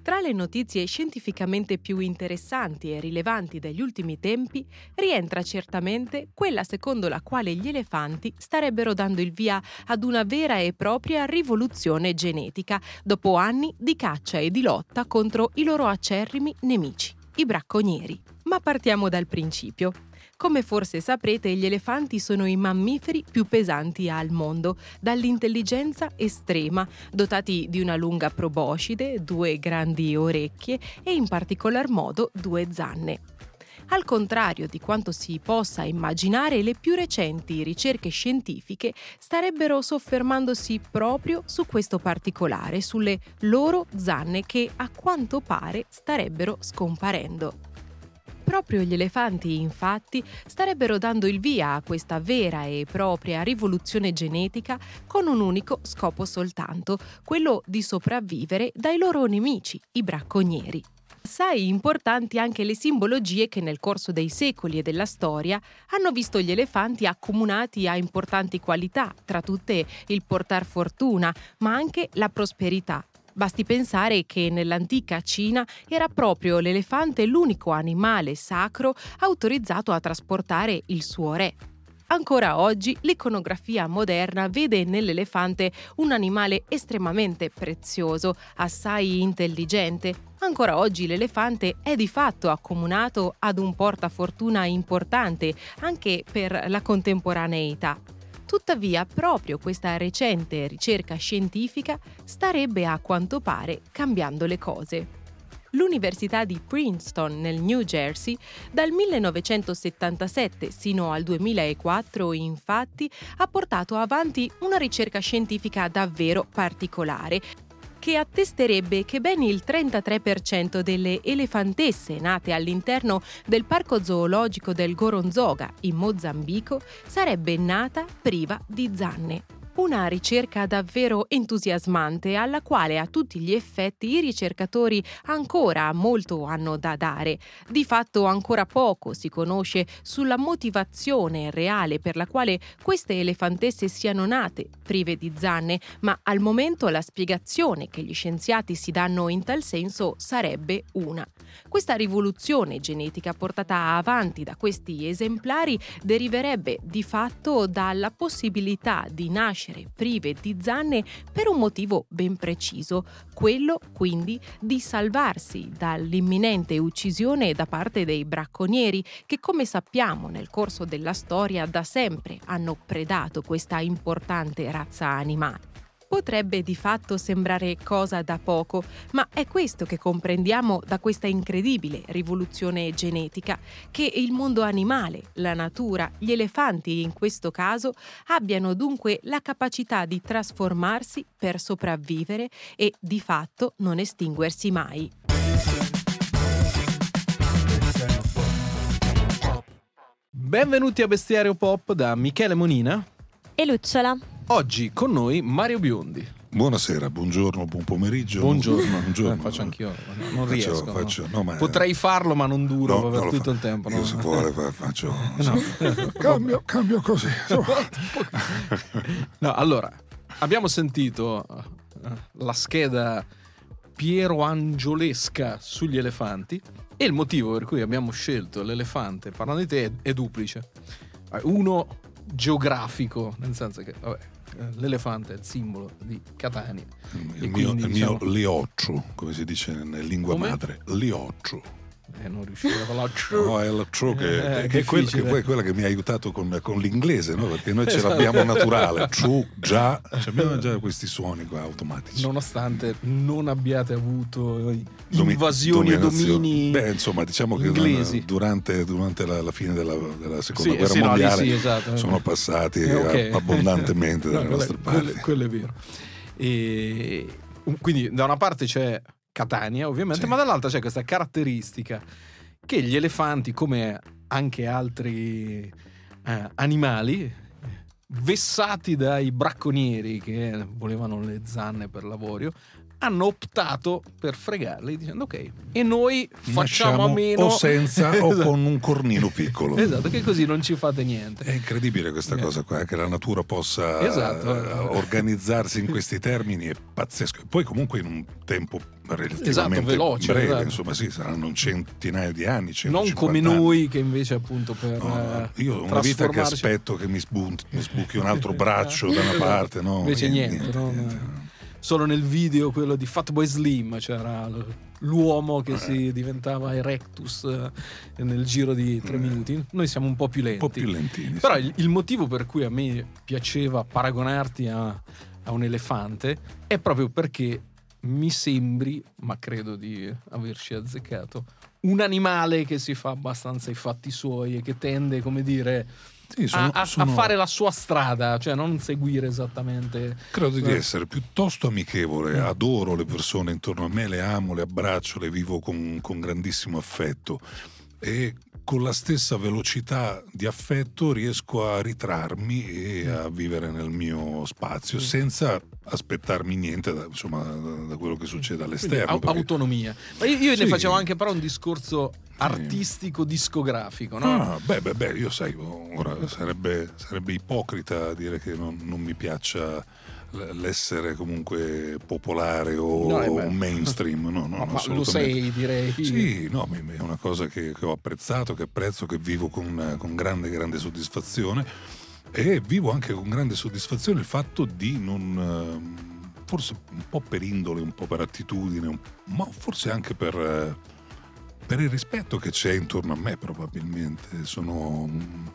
Tra le notizie scientificamente più interessanti e rilevanti degli ultimi tempi, rientra certamente quella secondo la quale gli elefanti starebbero dando il via ad una vera e propria rivoluzione genetica, dopo anni di caccia e di lotta contro i loro acerrimi nemici, i bracconieri. Ma partiamo dal principio. Come forse saprete, gli elefanti sono i mammiferi più pesanti al mondo, dall'intelligenza estrema, dotati di una lunga proboscide, 2 grandi orecchie e in particolar modo 2 zanne. Al contrario di quanto si possa immaginare, le più recenti ricerche scientifiche starebbero soffermandosi proprio su questo particolare, sulle loro zanne che a quanto pare starebbero scomparendo. Proprio gli elefanti, infatti, starebbero dando il via a questa vera e propria rivoluzione genetica con un unico scopo soltanto, quello di sopravvivere dai loro nemici, i bracconieri. Assai importanti anche le simbologie che nel corso dei secoli e della storia hanno visto gli elefanti accomunati a importanti qualità, tra tutte il portar fortuna, ma anche la prosperità. Basti pensare che nell'antica Cina era proprio l'elefante l'unico animale sacro autorizzato a trasportare il suo re. Ancora oggi l'iconografia moderna vede nell'elefante un animale estremamente prezioso, assai intelligente. Ancora oggi l'elefante è di fatto accomunato ad un portafortuna importante anche per la contemporaneità. Tuttavia, proprio questa recente ricerca scientifica starebbe a quanto pare cambiando le cose. L'Università di Princeton nel New Jersey, dal 1977 sino al 2004, infatti, ha portato avanti una ricerca scientifica davvero particolare, che attesterebbe che ben il 33% delle elefantesse nate all'interno del parco zoologico del Goronzoga in Mozambico sarebbe nata priva di zanne. Una ricerca davvero entusiasmante alla quale a tutti gli effetti i ricercatori ancora molto hanno da dare. Di fatto ancora poco si conosce sulla motivazione reale per la quale queste elefantesse siano nate prive di zanne, ma al momento la spiegazione che gli scienziati si danno in tal senso sarebbe una. Questa rivoluzione genetica portata avanti da questi esemplari deriverebbe di fatto dalla possibilità di nascere prive di zanne per un motivo ben preciso, quello quindi di salvarsi dall'imminente uccisione da parte dei bracconieri che, come sappiamo, nel corso della storia da sempre hanno predato questa importante razza animale. Potrebbe di fatto sembrare cosa da poco, ma è questo che comprendiamo da questa incredibile rivoluzione genetica, che il mondo animale, la natura, gli elefanti in questo caso, abbiano dunque la capacità di trasformarsi per sopravvivere e di fatto non estinguersi mai. Benvenuti a Bestiario Pop da Michele Monina e Lucciola. Oggi con noi Mario Biondi. Buonasera, buongiorno, buon pomeriggio. Buongiorno. Faccio anch'io, non riesco. No, potrei farlo, ma non duro per tutto il tempo. Io se vuole faccio. Cambio così. No, allora, abbiamo sentito la scheda piero-angiolesca sugli elefanti e il motivo per cui abbiamo scelto l'elefante parlando di te è duplice. Uno geografico, nel senso che l'elefante è il simbolo di Catania. Il mio lioccio, come si dice in lingua madre, lioccio. Non riuscivo a parlare. No, è la true che è quella che mi ha aiutato con l'inglese, no? Perché noi ce l'abbiamo naturale. True, già, abbiamo già questi suoni qua automatici. Nonostante non abbiate avuto invasioni e domini insomma, diciamo inglesi. Che durante la fine della seconda guerra mondiale esatto. sono passati abbondantemente dalle nostre parti. Quello è vero. E quindi da una parte c'è Catania, ovviamente, ma dall'altra c'è questa caratteristica che gli elefanti, come anche altri animali, vessati dai bracconieri che volevano le zanne per l'avorio, hanno optato per fregarli dicendo ok, e noi facciamo a meno, o senza o con un cornino piccolo. Esatto, che così non ci fate niente. È incredibile questa cosa qua, che la natura possa organizzarsi in questi termini, è pazzesco. Poi comunque in un tempo relativamente veloce, breve, insomma sì, saranno centinaia di anni, non come noi che invece appunto per io ho una vita che aspetto che mi sbuchi un altro braccio da una parte, no? Invece niente. Solo nel video quello di Fatboy Slim c'era l'uomo che si diventava erectus nel giro di 3 minuti. Noi siamo un po' più lenti. Un po' più lentini. Però il motivo per cui a me piaceva paragonarti a un elefante è proprio perché mi sembri, ma credo di averci azzeccato, un animale che si fa abbastanza i fatti suoi e che tende, come dire, a fare la sua strada, cioè non seguire esattamente. Credo di essere piuttosto amichevole, adoro le persone intorno a me, le amo, le abbraccio, le vivo con grandissimo affetto, e con la stessa velocità di affetto riesco a ritrarmi e a vivere nel mio spazio senza aspettarmi niente da quello che succede all'esterno. Autonomia. Ma io ne facevo anche però un discorso artistico discografico, no? Io sai, ora sarebbe ipocrita dire che non mi piaccia l'essere comunque popolare o mainstream, no, ma lo sei, direi. Sì, no, è una cosa che ho apprezzato, che apprezzo, che vivo con grande soddisfazione, e vivo anche con grande soddisfazione il fatto di non, forse un po' per indole, un po' per attitudine, ma forse anche per il rispetto che c'è intorno a me, probabilmente sono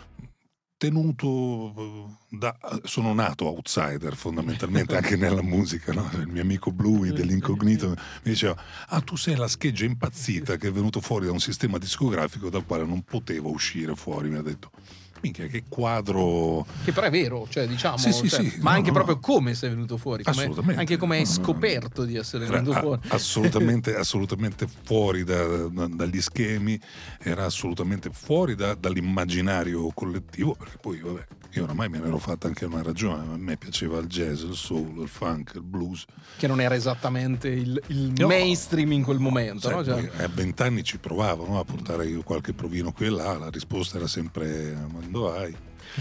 sono nato outsider fondamentalmente anche nella musica, no? Il mio amico Bluey dell'Incognito mi diceva: tu sei la scheggia impazzita che è venuto fuori da un sistema discografico dal quale non poteva uscire fuori. Mi ha detto: minchia, che quadro, che però è vero, cioè diciamo, sì, ma anche proprio come sei venuto fuori, assolutamente, anche come hai scoperto di essere venuto fuori. assolutamente fuori dagli schemi, era assolutamente fuori dall'immaginario collettivo, perché poi vabbè, io oramai me ne ero fatta anche una ragione. A me piaceva il jazz, il soul, il funk, il blues, che non era esattamente il mainstream in quel momento, no? Cioè, a 20 anni ci provavo, no? A portare qualche provino qui e là, la risposta era sempre: ma dove vai?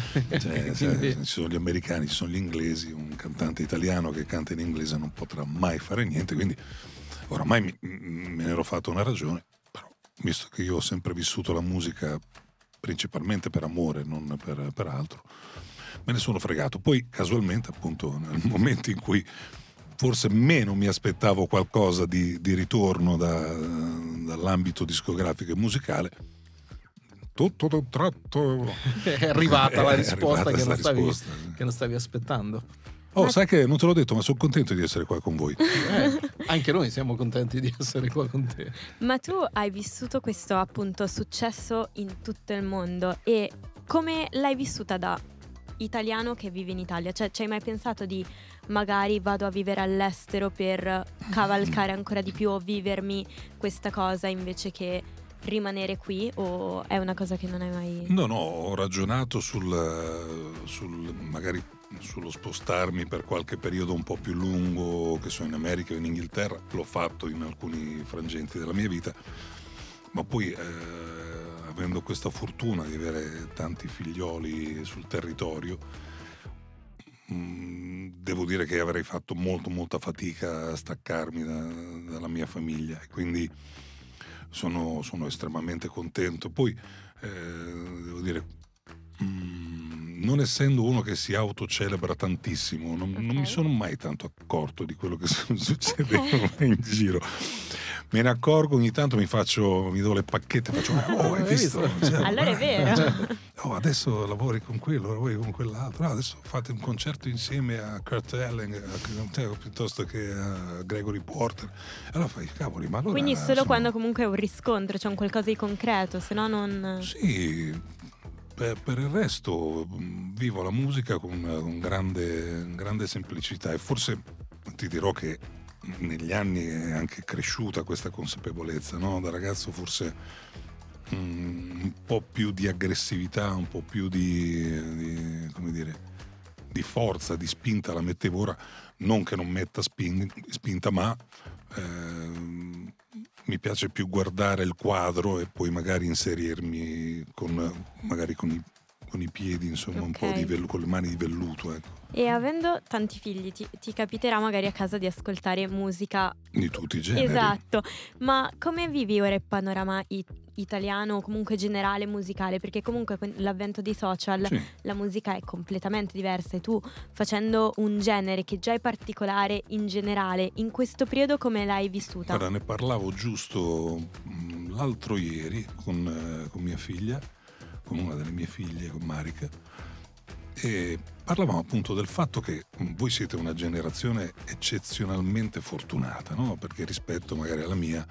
Ci sono gli americani, ci sono gli inglesi, un cantante italiano che canta in inglese non potrà mai fare niente, quindi oramai me ne ero fatto una ragione. Però visto che io ho sempre vissuto la musica principalmente per amore, non per altro, me ne sono fregato. Poi casualmente, appunto, nel momento in cui forse meno mi aspettavo qualcosa di ritorno dall'ambito discografico e musicale, tutto d'un tratto è arrivata la risposta che non stavi aspettando. Sai che non te l'ho detto, ma sono contento di essere qua con voi. Anche noi siamo contenti di essere qua con te. Ma tu hai vissuto questo appunto successo in tutto il mondo, e come l'hai vissuta da italiano che vive in Italia? Cioè, ci hai mai pensato di magari vado a vivere all'estero per cavalcare ancora di più o vivermi questa cosa invece che rimanere qui, o è una cosa che non hai mai... No, ho ragionato magari sullo spostarmi per qualche periodo un po' più lungo, che so, in America o in Inghilterra. L'ho fatto in alcuni frangenti della mia vita, ma poi avendo questa fortuna di avere tanti figlioli sul territorio, devo dire che avrei fatto molta fatica a staccarmi dalla mia famiglia, e quindi sono estremamente contento. Poi devo dire, non essendo uno che si autocelebra tantissimo, non mi sono mai tanto accorto di quello che succede in giro. Me ne accorgo ogni tanto, mi do le pacchette, faccio: hai visto? Allora è vero. Adesso lavori con quello, lavori con quell'altro, adesso fate un concerto insieme a Kurt Elling piuttosto che a Gregory Porter. Allora fai: cavoli, ma allora... Quindi solo quando comunque è un riscontro, c'è un qualcosa di concreto, se no non... Sì, per il resto vivo la musica con grande semplicità, e forse ti dirò che negli anni è anche cresciuta questa consapevolezza, no? Da ragazzo forse un po' più di aggressività, un po' più di come dire, di forza, di spinta la mettevo. Ora non che non metta spinta, ma mi piace più guardare il quadro e poi magari inserirmi con i piedi, insomma, un po' con le mani di velluto, ecco. E avendo tanti figli ti capiterà magari a casa di ascoltare musica di tutti i generi. Esatto, ma come vivi ora il panorama italiano o comunque generale musicale? Perché comunque con l'avvento dei social la musica è completamente diversa, e tu, facendo un genere che già è particolare in generale, in questo periodo come l'hai vissuta? Guarda, ne parlavo giusto l'altro ieri con mia figlia, con una delle mie figlie, con Marica, e parlavamo appunto del fatto che voi siete una generazione eccezionalmente fortunata, no? Perché rispetto magari alla mia,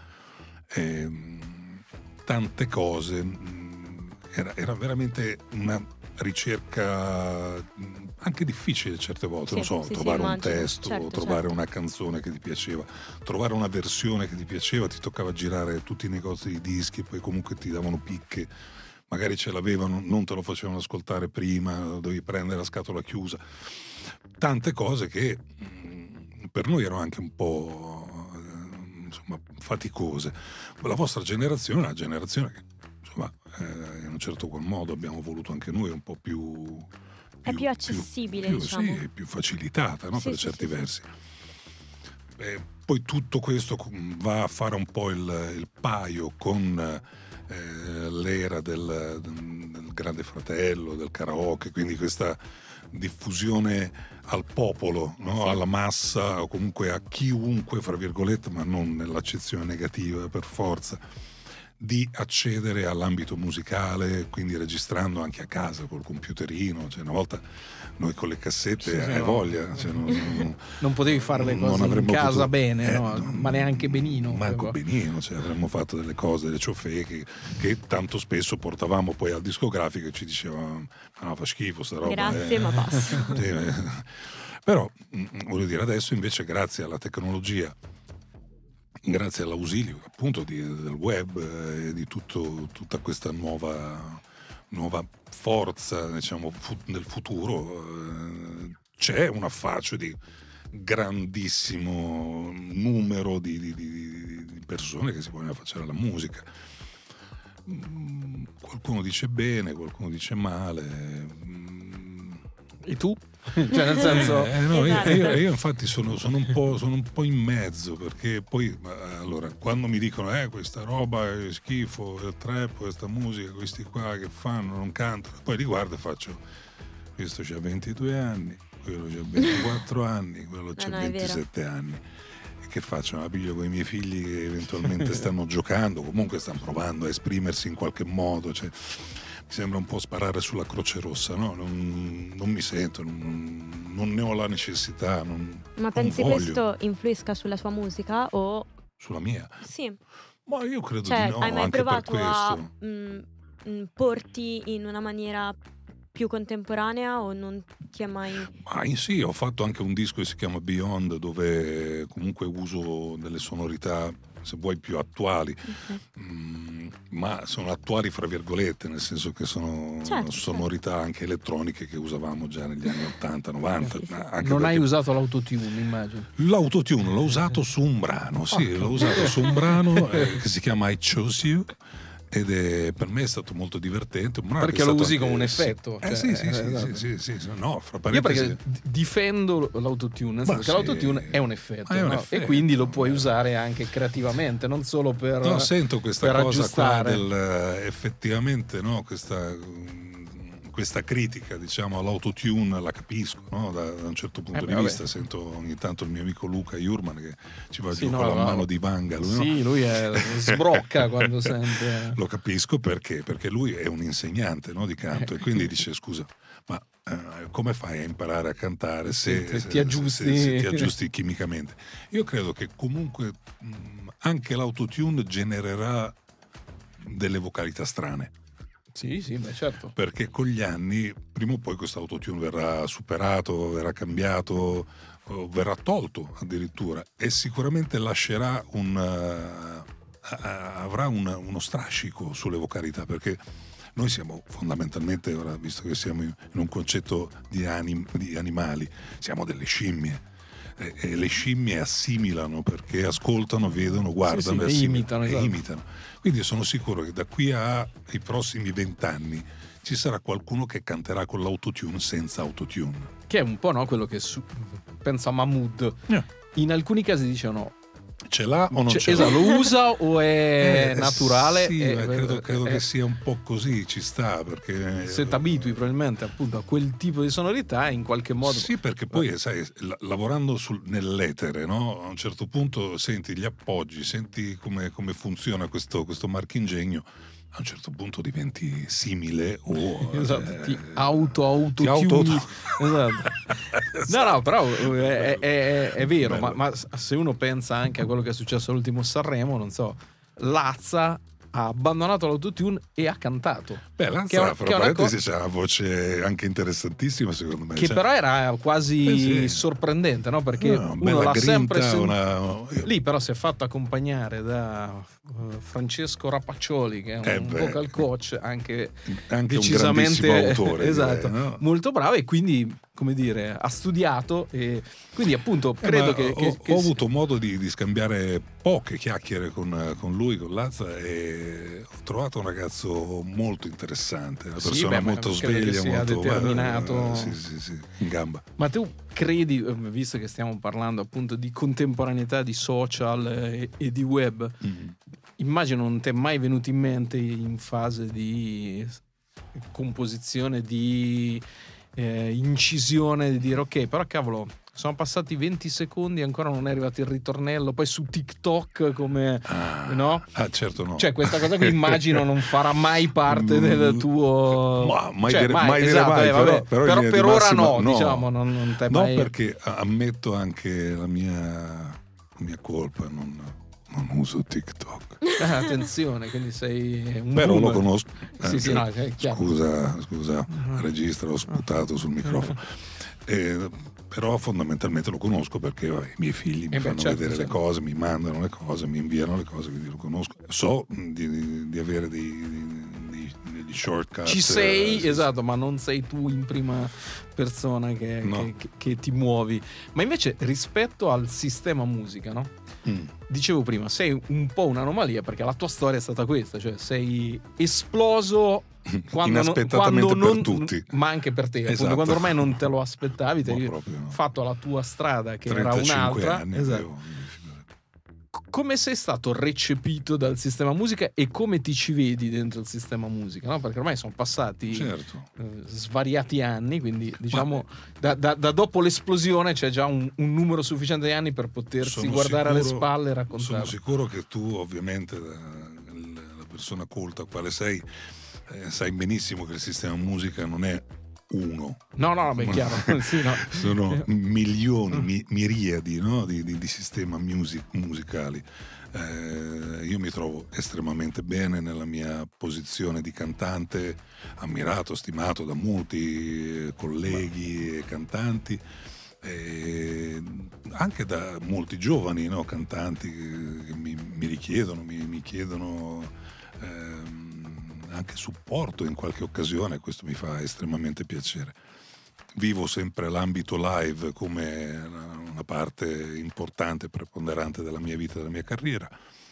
tante cose era veramente una ricerca anche difficile certe volte, trovare un testo, trovare una canzone che ti piaceva, trovare una versione che ti piaceva, ti toccava girare tutti i negozi di dischi, poi comunque ti davano picche, magari ce l'avevano, non te lo facevano ascoltare prima, dovevi prendere la scatola chiusa, tante cose che per noi erano anche un po' faticose. La vostra generazione è una generazione che in un certo qual modo abbiamo voluto anche noi un po' più è più accessibile, diciamo. Sì, più facilitata, no? Per certi versi. Poi tutto questo va a fare un po' il paio con l'era del Grande Fratello, del karaoke, quindi questa diffusione al popolo, no? Alla massa, o comunque a chiunque, fra virgolette, ma non nell'accezione negativa per forza, di accedere all'ambito musicale, quindi registrando anche a casa col computerino. Cioè, una volta noi con le cassette voglia, cioè, non potevi fare le cose in casa bene, no? Ma neanche benino. Manco benino, cioè, avremmo fatto delle cose, delle ciofeche che tanto spesso portavamo poi al discografico e ci dicevano no, fa schifo sta roba. Grazie, ma passo. Però voglio dire, adesso invece grazie alla tecnologia, grazie all'ausilio appunto del web e di tutta questa nuova forza, diciamo, nel futuro, c'è un affaccio di grandissimo numero di persone che si vogliono affacciare alla musica. Qualcuno dice bene, qualcuno dice male. E tu? Cioè, nel senso io infatti sono un po' in mezzo, perché poi allora quando mi dicono questa roba è schifo, il trap, questa musica, questi qua che fanno, non cantano, poi li guardo e faccio, questo c'ha 22 anni, quello c'ha 24 anni, quello c'ha 27 anni, e che faccio? La piglio con i miei figli che eventualmente stanno giocando, comunque stanno provando a esprimersi in qualche modo, cioè mi sembra un po' sparare sulla Croce Rossa, no? Non mi sento, non ne ho la necessità. Ma pensi questo influisca sulla sua musica o sulla mia? Sì. Ma io credo di no, hai mai anche provato per questo. a porti in una maniera più contemporanea, o non ti ha mai... Sì, ho fatto anche un disco che si chiama Beyond, dove comunque uso delle sonorità, se vuoi, più attuali, ma sono attuali fra virgolette, nel senso che sono sonorità anche elettroniche che usavamo già negli anni 80, 90. Anche non hai usato l'autotune, immagino? L'autotune l'ho usato su un brano, l'ho usato su un brano che si chiama I Chose You, ed per me è stato molto divertente, perché lo usi come un effetto. Sì. No, fra parentesi. Io perché difendo l'autotune, nel senso che l'autotune è un effetto, e quindi lo puoi usare anche creativamente, non solo per sento questa cosa aggiustare. Qua effettivamente, no, questa critica, diciamo, all'autotune la capisco, no? Da un certo punto di vista. Sento ogni tanto il mio amico Luca Jurman che ci va giù con la mano di vanga. Lui sbrocca quando sente. Lo capisco perché lui è un insegnante, no, di canto, e quindi dice scusa, ma come fai a imparare a cantare se ti aggiusti chimicamente? Io credo che comunque anche l'autotune genererà delle vocalità strane. Sì, certo. Perché con gli anni, prima o poi questo autotune verrà superato, verrà cambiato, verrà tolto addirittura, e sicuramente lascerà avrà uno strascico sulle vocalità, perché Noi siamo fondamentalmente, ora, visto che siamo in un concetto di animali, siamo delle scimmie. E le scimmie assimilano perché ascoltano, vedono, guardano e imitano, esatto. imitano. Quindi io sono sicuro che da qui ai prossimi 20 anni ci sarà qualcuno che canterà con l'autotune senza autotune. Che è un po', no, quello che pensa Mahmood. In alcuni casi dicono ce l'ha o non ce l'ha? Esatto, lo usa o è naturale? Sì, credo che sia un po' così, ci sta, perché se ti abitui probabilmente appunto a quel tipo di sonorità in qualche modo. Sì, perché poi sai, lavorando nell'etere, no? A un certo punto senti gli appoggi, senti come funziona questo marchingegno. A un certo punto diventi simile o esatto, ti autotuni. Esatto. No, però è vero, ma se uno pensa anche a quello che è successo all'ultimo Sanremo, non so, Lazza ha abbandonato l'autotune e ha cantato. Beh, Lanza, fra parentesi, c'ha una voce anche interessantissima, secondo me. Che però era quasi sorprendente, no? Perché uno l'ha sempre lì, però si è fatto accompagnare da Francesco Rapaccioli, che è un vocal coach anche decisamente un grandissimo autore, esatto, direi, no? molto bravo, e quindi, come dire, ha studiato, e quindi appunto credo che ho avuto modo di scambiare poche chiacchiere con lui, con Lazza, e ho trovato un ragazzo molto interessante, una persona molto sveglia, molto determinato, sì, in gamba. Ma tu credi, visto che stiamo parlando appunto di contemporaneità, di social e di web, immagino non ti è mai venuto in mente in fase di composizione, di incisione, di dire ok, però cavolo, sono passati 20 secondi e ancora non è arrivato il ritornello, poi su TikTok come no? Certo no. Cioè questa cosa qui immagino non farà mai parte del tuo mai esatto, mai, però per ora no, diciamo non t'è mai... perché ammetto anche la mia colpa, non uso TikTok. Attenzione, quindi sei un però boomer. lo conosco. Sì, no, è chiaro. Scusa, regista, ho sputato sul microfono. Però fondamentalmente lo conosco perché i miei figli mi fanno vedere le cose, mi mandano le cose, mi inviano le cose, quindi lo conosco. So di avere degli shortcut. Ci sei, esatto, ma non sei tu in prima persona che ti muovi. Ma invece rispetto al sistema musica, no? Dicevo prima, sei un po' un'anomalia, perché la tua storia è stata questa, cioè sei esploso inaspettatamente per tutti, ma anche per te, appunto, esatto. Quando ormai non te lo aspettavi, ti hai proprio, fatto la tua strada che era un'altra. Anni esatto. Come sei stato recepito dal sistema musica e come ti ci vedi dentro il sistema musica, no? Perché ormai sono passati svariati anni, quindi diciamo da dopo l'esplosione c'è già un numero sufficiente di anni per potersi guardare alle spalle e raccontare. Sono sicuro che tu, ovviamente, la persona colta quale sei, sai benissimo che il sistema musica non è uno. No, beh, chiaro. Sì, no. Sono milioni, miriadi, no? di sistemi musicali. Io mi trovo estremamente bene nella mia posizione di cantante, ammirato, stimato da molti colleghi e cantanti, anche da molti giovani, no? Cantanti che mi richiedono, mi chiedono anche supporto in qualche occasione. Questo mi fa estremamente piacere. Vivo sempre l'ambito live come una parte importante e preponderante della mia vita e della mia carriera.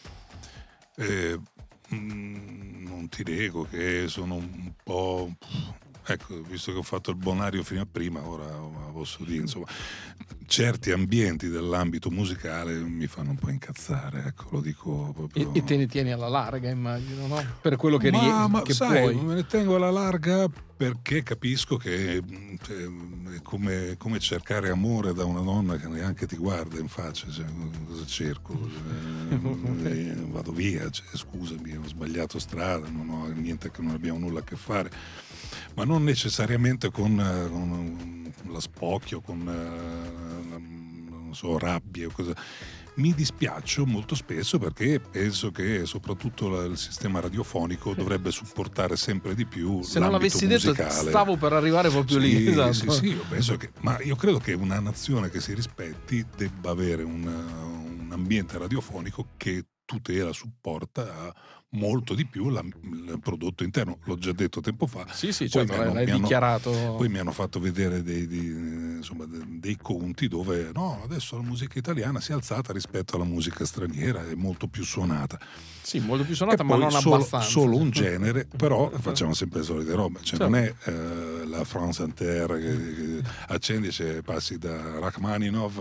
Non ti nego che sono un po'... Ecco, visto che ho fatto il bonario fino a prima, ora posso dire, insomma, certi ambienti dell'ambito musicale mi fanno un po' incazzare, ecco, lo dico proprio. E te ne tieni alla larga, immagino, no? Per quello che che sai, puoi. me ne tengo alla larga perché capisco che è come cercare amore da una donna che neanche ti guarda in faccia, cioè, cosa cerco? Vado via, scusami, ho sbagliato strada, non ho niente, che non abbiamo nulla a che fare. Ma non necessariamente con la spocchio, con non so, rabbia o cosa. Mi dispiaccio molto spesso perché penso che soprattutto il sistema radiofonico dovrebbe supportare sempre di più. Se non l'avessi detto, stavo per arrivare proprio lì. Esatto. Sì, io penso io credo che una nazione che si rispetti debba avere un ambiente radiofonico che tutela, supporta molto di più il prodotto interno. L'ho già detto tempo fa. Sì, certo, l'hai dichiarato. Poi mi hanno fatto vedere dei conti dove adesso la musica italiana si è alzata rispetto alla musica straniera, è molto più suonata. Sì, molto più suonata, ma non abbastanza. Solo un genere, però facciamo sempre le solite robe. Cioè, certo. Non è la France Inter che accendi e passi da Rachmaninoff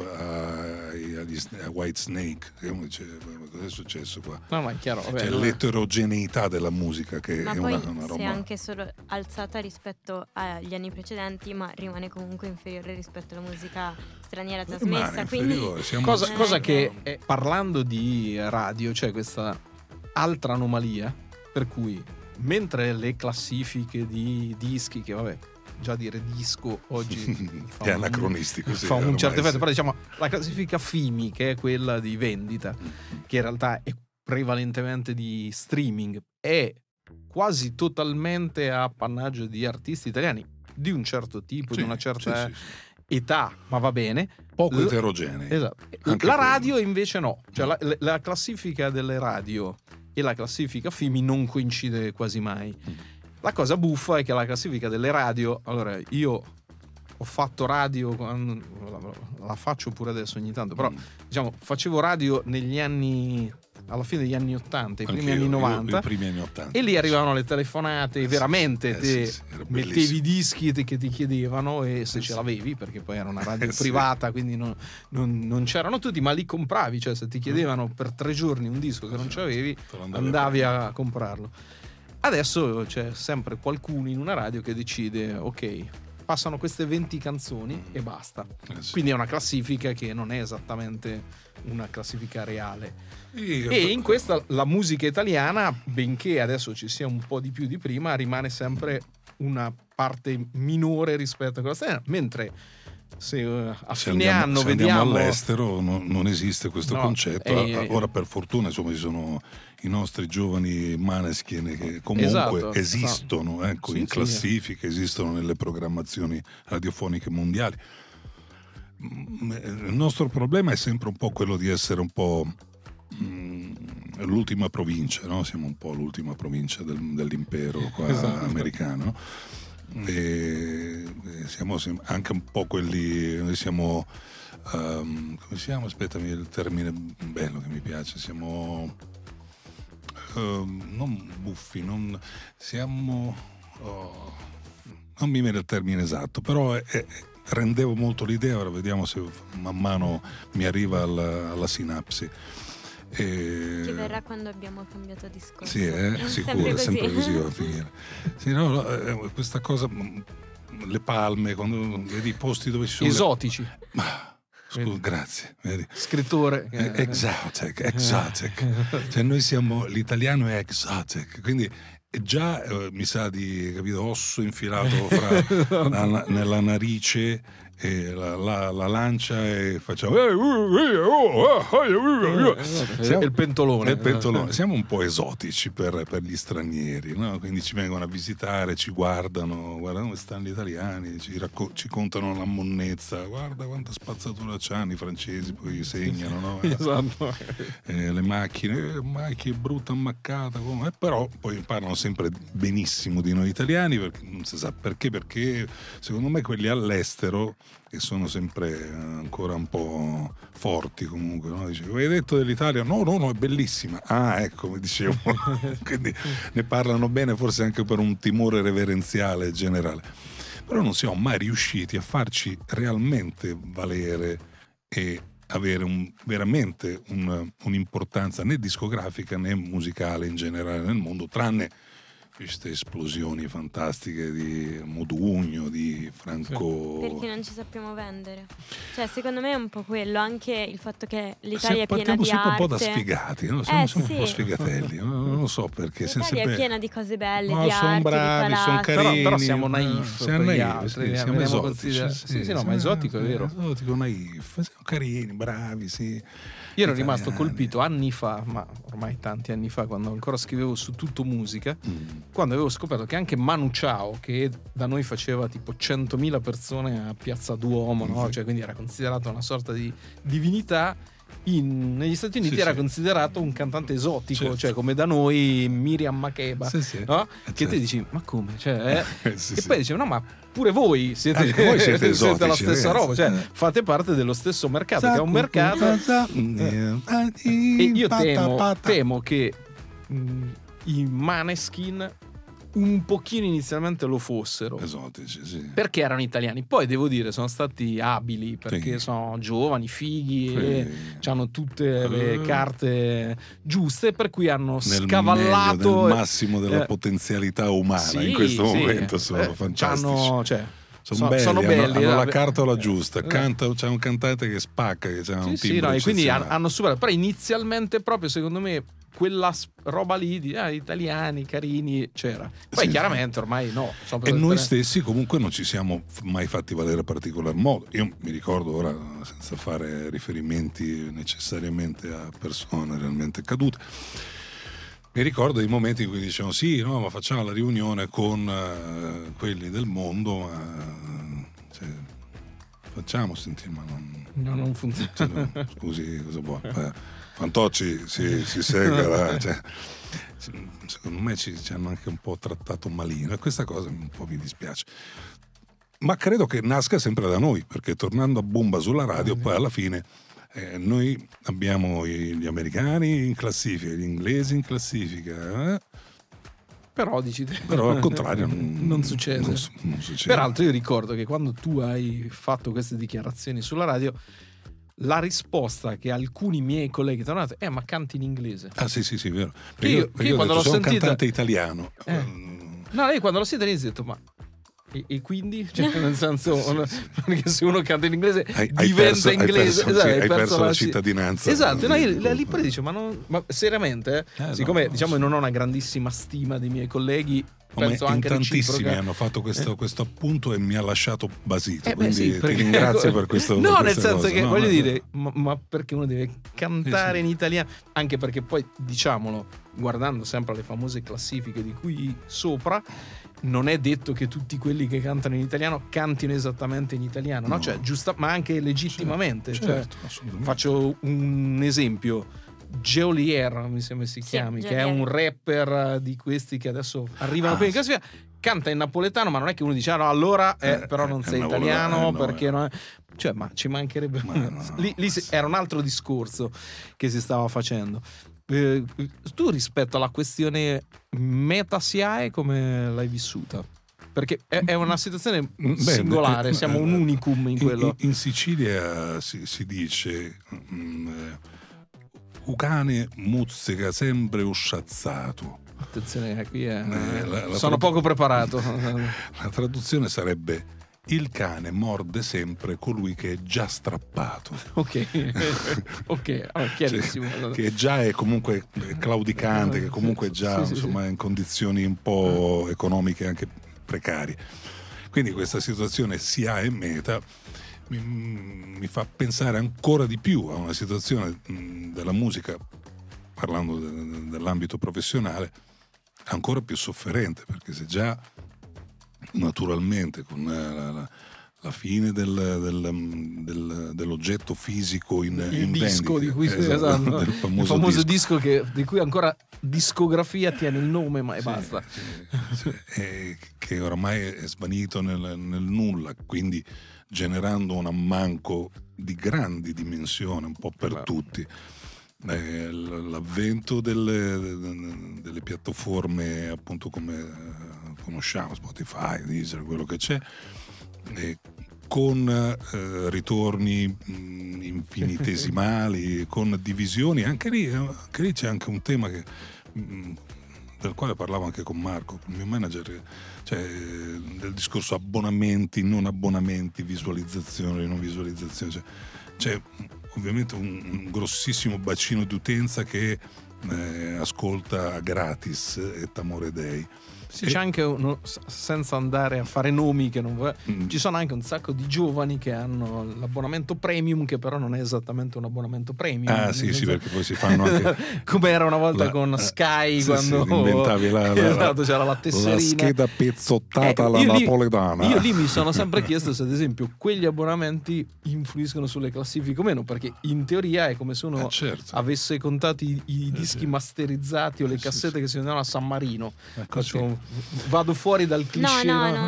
a White Snake. E uno dice, cosa è successo qua? No, ma è chiaro. C'è l'eterogeneità della musica che ma è poi una roba. Si è anche solo alzata rispetto agli anni precedenti, ma rimane comunque inferiore rispetto alla musica straniera trasmessa. Quindi cosa che parlando di radio c'è questa altra anomalia, per cui mentre le classifiche di dischi, che vabbè, già dire disco oggi è anacronistico, fa un certo effetto, però diciamo la classifica FIMI, che è quella di vendita, che in realtà è prevalentemente di streaming, è quasi totalmente a appannaggio di artisti italiani di un certo tipo, di una certa età, ma va bene, poco eterogenei. Esatto. La radio invece no, cioè la classifica delle radio e la classifica FIMI non coincide quasi mai. La cosa buffa è che la classifica delle radio, allora io ho fatto radio, la faccio pure adesso ogni tanto, però diciamo facevo radio negli anni, alla fine degli anni 80, i primi anni 90, i primi anni 80, e lì arrivavano le telefonate, veramente mettevi i dischi che ti chiedevano, e se ce l'avevi, perché poi era una radio privata, quindi non c'erano tutti, ma li compravi, cioè se ti chiedevano per 3 giorni un disco che non c'avevi, andavi a comprarlo. Adesso c'è sempre qualcuno in una radio che decide, ok, passano queste 20 canzoni e basta. Quindi è una classifica che non è esattamente una classifica reale. E in questa la musica italiana, benché adesso ci sia un po' di più di prima, rimane sempre una parte minore rispetto a quella straniera, mentre se a fine anno vediamo all'estero non esiste questo concetto. Ora per fortuna insomma ci sono i nostri giovani Maneskin che comunque esistono in classifiche, esistono nelle programmazioni radiofoniche mondiali. Il nostro problema è sempre un po' quello di essere un po' l'ultima provincia, no? Siamo un po' l'ultima provincia dell'impero qua americano. E siamo anche un po' quelli, noi siamo come siamo? Aspettami il termine bello che mi piace, siamo non buffi, non siamo non mi viene il termine esatto, però rendevo molto l'idea. Ora vediamo se man mano mi arriva alla sinapsi. Ci verrà quando abbiamo cambiato discorso. Sì, sicuro, è sempre così va a finire. Sì, questa cosa, le palme, quando vedi i posti dove ci sono esotici. Scusa, grazie. Vedi? Scrittore. Exotic. Cioè noi siamo, l'italiano è exotic, quindi già mi sa di, capito, osso infilato nella narice e la lancia, e facciamo il pentolone. Siamo un po' esotici per gli stranieri, no? Quindi ci vengono a visitare, ci guardano come stanno gli italiani, ci contano la monnezza, guarda quanta spazzatura c'hanno i francesi, poi segnano, no? Esatto. Le macchine brutta ammaccata, però poi parlano sempre benissimo di noi italiani, perché non si sa perché secondo me quelli all'estero, che sono sempre ancora un po' forti comunque, no? Dicevo, hai detto dell'Italia? No, è bellissima. Ecco, mi dicevo. Quindi ne parlano bene, forse anche per un timore reverenziale generale. Però non siamo mai riusciti a farci realmente valere e avere veramente un'importanza né discografica né musicale in generale nel mondo, tranne queste esplosioni fantastiche di Modugno, di Franco. Perché non ci sappiamo vendere. Cioè, secondo me è un po' quello, anche il fatto che l'Italia è piena di arte. Siamo un po' da sfigati, no? Siamo un po' sfigatelli, non so perché. L'Italia è piena di cose belle, di sono arte, bravi, di sono carini. Però siamo naif. Siamo esotici. Sì, ma esotico è vero. Esotico, naif, siamo carini, bravi, sì. Io ero rimasto colpito anni fa, ma ormai tanti anni fa, quando ancora scrivevo su Tutto Musica, quando avevo scoperto che anche Manu Chao, che da noi faceva tipo 100.000 persone a Piazza Duomo, no? Cioè, quindi era considerato una sorta di divinità, negli Stati Uniti era considerato un cantante esotico, cioè come da noi Miriam Makeba, no? Che te dici, ma come? Cioè, e poi dicevo, no, ma pure voi siete esotici, siete la stessa ragazzi. Roba, cioè fate parte dello stesso mercato, che è un mercato. E io temo che i Maneskin un pochino inizialmente lo fossero, esotici, sì. perché erano italiani. Poi devo dire sono stati abili, perché sono giovani, fighi, e hanno tutte le carte giuste, per cui hanno scavallato nel massimo della potenzialità umana in questo momento. Sono fantastici. Sono belli, hanno la cartola giusta, c'è un cantante che spacca, che c'è un timbro e quindi hanno superato. Però inizialmente proprio secondo me quella roba lì di italiani carini c'era, poi chiaramente ormai no, e noi stessi comunque non ci siamo mai fatti valere particolar modo. Io mi ricordo ora, senza fare riferimenti necessariamente a persone realmente cadute, mi ricordo dei momenti in cui dicevano sì, no, ma facciamo la riunione con quelli del mondo, ma facciamo sentire, ma non funziona. Scusi, cosa vuoi? Fantocci si sega, secondo me ci hanno anche un po' trattato malino, e questa cosa un po' mi dispiace. Ma credo che nasca sempre da noi, perché tornando a bomba sulla radio, poi alla fine noi abbiamo gli americani in classifica, gli inglesi in classifica, però al contrario non succede. Non succede. Peraltro io ricordo che quando tu hai fatto queste dichiarazioni sulla radio, la risposta che alcuni miei colleghi ti hanno dato è: ma canti in inglese? Sì, vero. Io quando l'ho sono sentita, un cantante italiano. No, io quando l'ho sentita ho detto: ma e quindi? Cioè, nel senso, perché se uno canta in inglese diventa inglese. Hai perso la cittadinanza. Esatto, no, io lì poi dicevo, ma seriamente? Siccome diciamo non ho una grandissima stima dei miei colleghi, penso anche tantissimi hanno fatto questo appunto e mi ha lasciato basito, quindi ti ringrazio per questo. No, nel senso che voglio dire, ma perché uno deve cantare in italiano? Anche perché poi, diciamolo, guardando sempre le famose classifiche di qui sopra, non è detto che tutti quelli che cantano in italiano cantino esattamente in italiano, no? Cioè, ma anche legittimamente. Certo, faccio un esempio: Geolier, mi sembra si chiami, che è un rapper di questi che adesso arrivano qui in classifica, canta in napoletano, ma non è che uno dice no, allora però non sei italiano, perché non è... Cioè, ma ci mancherebbe. Lì era un altro discorso che si stava facendo. Tu rispetto alla questione Meta-SIAE come l'hai vissuta? Perché è una situazione singolare, siamo un unicum in quello. In Sicilia si dice cane muzzica sempre usciazzato. Attenzione, qui sono poco preparato. La traduzione sarebbe: il cane morde sempre colui che è già strappato. Ok, allora, chiarissimo. Che già è comunque claudicante, che comunque già insomma è in condizioni un po' economiche anche precarie. Quindi questa situazione SIAE e Meta mi fa pensare ancora di più a una situazione della musica, parlando dell'ambito professionale, ancora più sofferente, perché se già naturalmente con la fine dell'oggetto fisico in disco vendita, di cui del il famoso disco di cui ancora discografia tiene il nome, ma basta, che oramai è svanito nel nulla, quindi generando un ammanco di grandi dimensioni un po' per tutti. L'avvento delle piattaforme appunto come conosciamo, Spotify, Deezer, quello che c'è, con ritorni infinitesimali, con divisioni, anche lì c'è anche un tema del quale parlavo anche con Marco, il mio manager, cioè del discorso abbonamenti, non abbonamenti, visualizzazione, non visualizzazione, cioè c'è ovviamente un grossissimo bacino di utenza che ascolta gratis et amore dei, Sì, c'è anche senza andare a fare nomi che non vuoi, ci sono anche un sacco di giovani che hanno l'abbonamento premium, che però non è esattamente un abbonamento premium. Sì, perché poi si fanno anche come era una volta con Sky, quando inventavi esatto, c'era la tesserina, la scheda pezzottata alla napoletana. Io lì mi sono sempre chiesto se ad esempio quegli abbonamenti influiscono sulle classifiche o meno, perché in teoria è come se uno avesse contato i dischi masterizzati o le cassette che si vendevano a San Marino. Vado fuori dal cliché.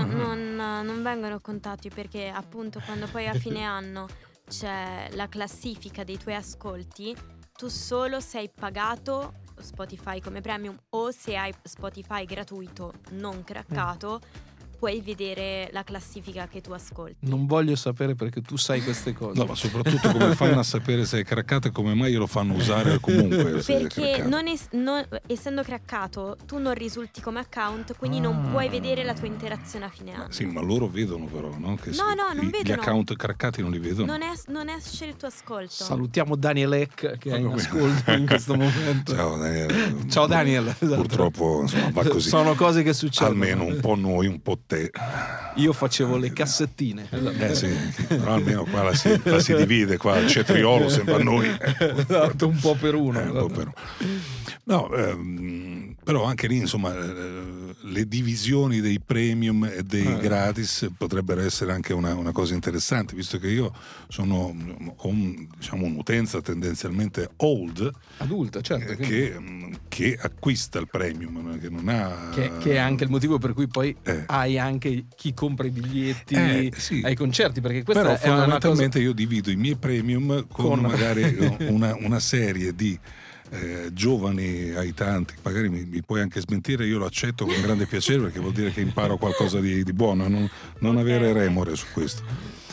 Non vengono contati, perché appunto quando poi a fine anno c'è la classifica dei tuoi ascolti, tu solo sei pagato Spotify come premium, o se hai Spotify gratuito non craccato puoi vedere la classifica che tu ascolti. Non voglio sapere, perché tu sai queste cose. No, ma soprattutto come fanno a sapere se è craccato e come mai lo fanno usare comunque. Perché essendo craccato tu non risulti come account, quindi non puoi vedere la tua interazione a fine anno. Sì, ma loro vedono però, no? Che non vedono. Gli account craccati non li vedono. Non esce il tuo ascolto. Salutiamo Daniel Eck che è in ascolto in questo momento. Ciao Daniel. Ciao Daniel. Esatto. Purtroppo insomma, va così. Sono cose che succedono. Almeno un po' noi, un po' te. Io facevo le cassettine. Sì, però almeno qua la si divide, qua il cetriolo sembra a noi. Esatto, un po' per uno. Un po' per uno. No, però anche lì insomma le divisioni dei premium e dei gratis potrebbero essere anche una cosa interessante, visto che io ho un'utenza tendenzialmente adulta, certo, che acquista il premium, che non ha che è anche il motivo per cui poi hai anche chi compra i biglietti ai concerti, perché questa però è fondamentalmente io divido i miei premium con magari una serie di giovani aitanti, magari mi puoi anche smentire, io lo accetto con grande piacere, perché vuol dire che imparo qualcosa di buono, non avere remore su questo.